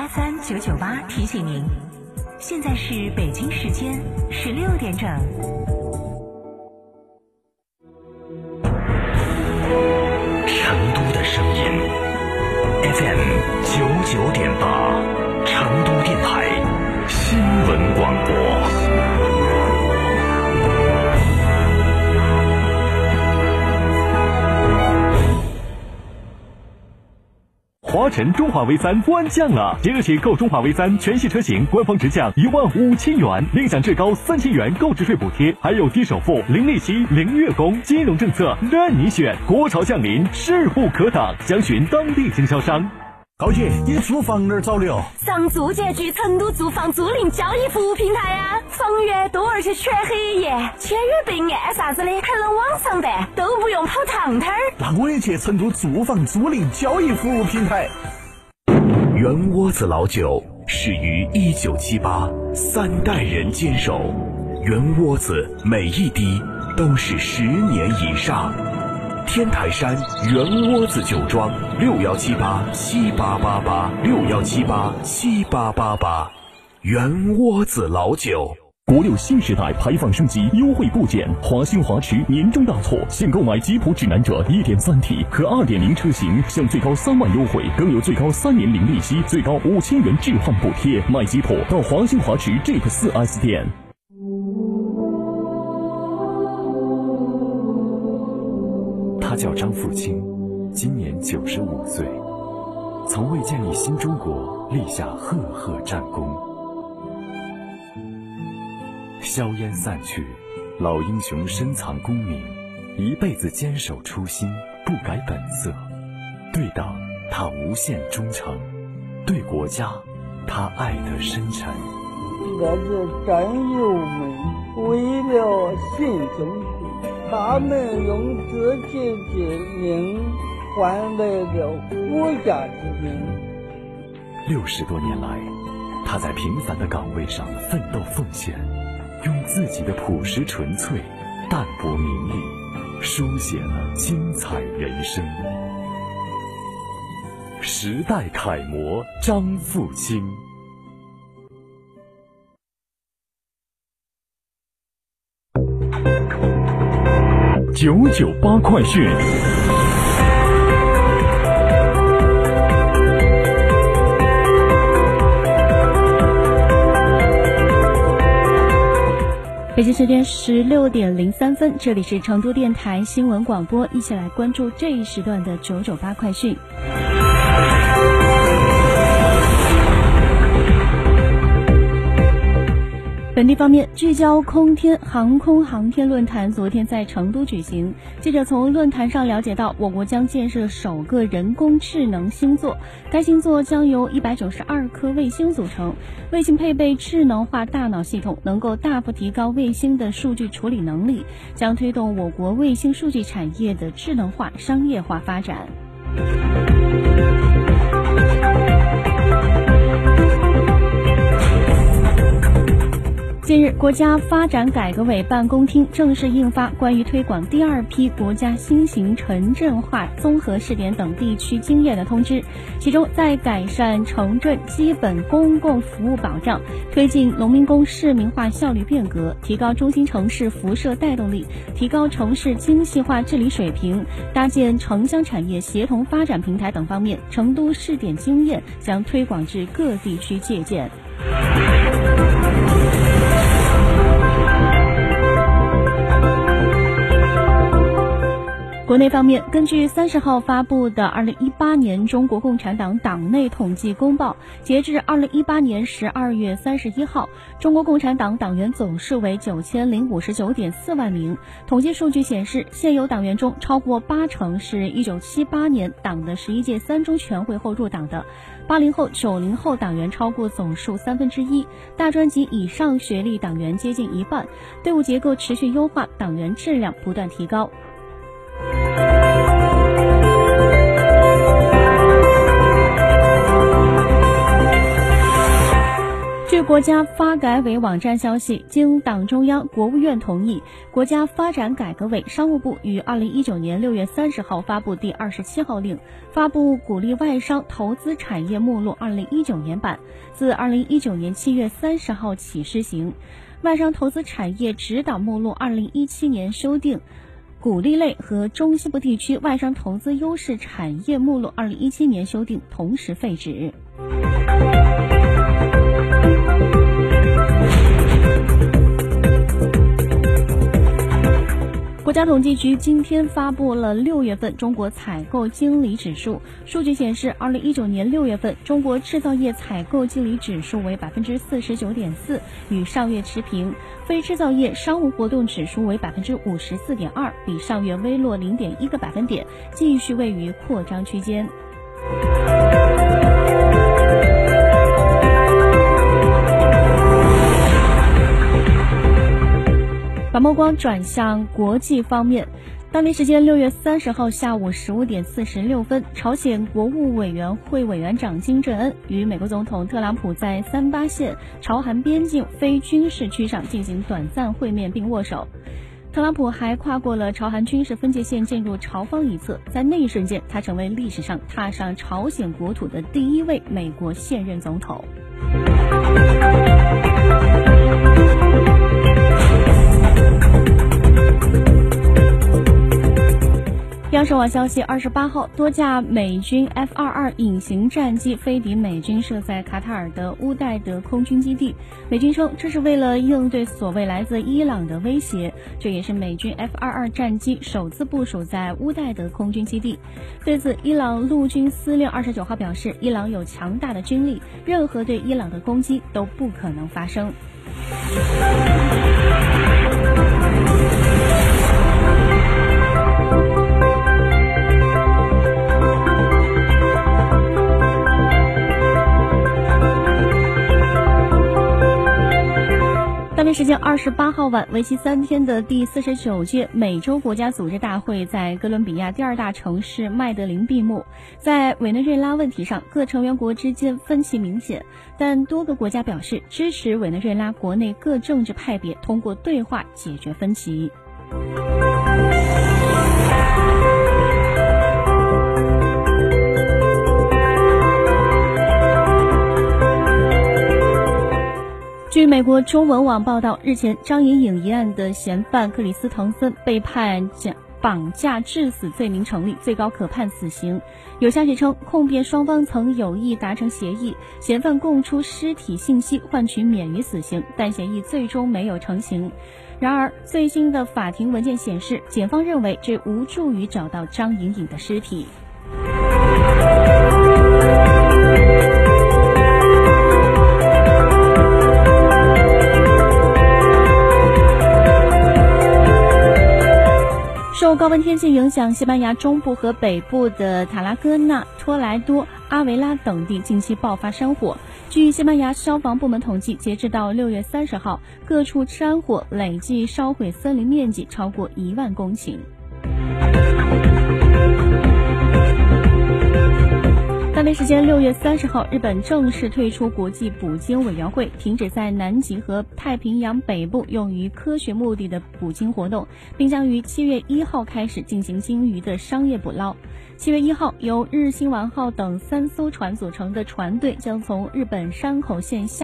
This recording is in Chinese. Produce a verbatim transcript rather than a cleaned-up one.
三九九八提醒您，现在是北京时间十六点整。 成都的声音 F M 九九点八，成都电台新闻广播。 华晨中华 V 三官降了，即日起购中华 V 三全系车型官方直降一万五千元，另享至高三千元购置税补贴，还有低首付、零利息、零月供，金融政策任你选。国潮降临，势不可挡，详询当地经销商。 高姐，你租房哪儿找的哦？ 上租界局成都住房租赁交易服务平台啊，房源多而且全黑夜，签约备案啥子的，还能网上办，都不用跑趟摊儿。 那我也去成都住房租赁交易服务平台。 圆窝子老酒始于一九七八，三代人坚守，圆窝子每一滴都是十年以上。天台山圆窝子酒庄六幺七八七八八八六幺七八七八八八，圆窝子老酒。 国六新时代排放升级优惠不减，华兴华驰年终大促，现购买吉普指南者 一点三 T 和 二点零 车型享最高三万优惠，更有最高三年零利息，最高五千元置换补贴。买吉普到华兴华驰 Jeep 四 S 店。 他叫张富清，今年九十五岁，曾为建立新中国立下赫赫战功。硝烟散去，老英雄深藏功名，一辈子坚守初心，不改本色。对党他无限忠诚，对国家他爱得深沉。 应该是战友们为了新中国，他们用自己的命换来了国家之命。 六十多年来，他在平凡的岗位上奋斗奉献，用自己的朴实纯粹、淡泊名利，书写了精彩人生。时代楷模张富清。 九九八快讯。 北京时间十六点零三分，这里是成都电台新闻广播，一起来关注这一时段的九九八快讯。本地方面，聚焦空天航空航天论坛昨天在成都举行。记者从论坛上了解到，我国将建设首个人工智能星座，该星座将由一百九十二颗卫星组成，卫星配备智能化大脑系统，能够大幅提高卫星的数据处理能力，将推动我国卫星数据产业的智能化、商业化发展。近日，国家发展改革委办公厅正式印发关于推广第二批国家新型城镇化综合试点等地区经验的通知，其中在改善城镇基本公共服务保障，推进农民工市民化效率变革，提高中心城市辐射带动力，提高城市精细化治理水平，搭建城乡产业协同发展平台等方面，成都试点经验将推广至各地区借鉴。国内方面，根据三十号发布的二零一八年中国共产党党内统计公报，截至二零一八年十二月三十一号，中国共产党党员总数为九千零五十九点四万名。统计数据显示，现有党员中超过八成是一九七八年党的十一届三中全会后入党的，八零后、九零后党员超过总数三分之一，大专及以上学历党员接近一半。队伍结构持续优化，党员质量不断提高。据据国家发改委网站消息，经党中央、国务院同意，国家发展改革委、商务部于二零一九年六月三十号发布第二十七号令，发布鼓励外商投资产业目录二零一九年版，自二零一九年七月三十号起施行。外商投资产业指导目录二零一七年修订，鼓励类和中西部地区外商投资优势产业目录二零一七年修订同时废止。国家统计局今天发布了六月份中国采购经理指数，数据显示，二零一九年六月份中国制造业采购经理指数为百分之四十九点四，与上月持平；非制造业商务活动指数为百分之五十四点二，比上月微落零点一个百分点，继续位于扩张区间。把目光转向国际方面，当地时间六月三十号下午十五点四十六分，朝鲜国务委员会委员长金正恩与美国总统特朗普在三八线朝韩边境非军事区上进行短暂会面并握手。特朗普还跨过了朝韩军事分界线进入朝方一侧，在那一瞬间，他成为历史上踏上朝鲜国土的第一位美国现任总统。央视网消息，二十八号，多架美军 F 二十二 隐形战机飞抵美军设在卡塔尔的乌代德空军基地。美军称，这是为了应对所谓来自伊朗的威胁。这也是美军 F 二十二 战机首次部署在乌代德空军基地。对此，伊朗陆军司令二十九号表示，伊朗有强大的军力，任何对伊朗的攻击都不可能发生。当地时间二十八号晚，为期三天的第四十九届美洲国家组织大会在哥伦比亚第二大城市麦德林闭幕。在委内瑞拉问题上，各成员国之间分歧明显，但多个国家表示支持委内瑞拉国内各政治派别通过对话解决分歧。据美国中文网报道，日前张颖颖一案的嫌犯克里斯滕森被判绑架致死罪名成立，最高可判死刑。有消息称，控辩双方曾有意达成协议，嫌犯供出尸体信息换取免于死刑，但协议最终没有成型。然而，最新的法庭文件显示，检方认为这无助于找到张颖颖的尸体。受高温天气影响，西班牙中部和北部的塔拉戈纳、托莱多、阿维拉等地近期爆发山火。据西班牙消防部门统计，截至到六月三十号，各处山火累计烧毁森林面积超过一万公顷。当地时间六月三十号，日本正式退出国际捕鲸委员会，停止在南极和太平洋北部用于科学目的的捕鲸活动，并将于七月一号开始进行鲸鱼的商业捕捞。七月一号，由日新丸号等三艘船组成的船队将从日本山口县下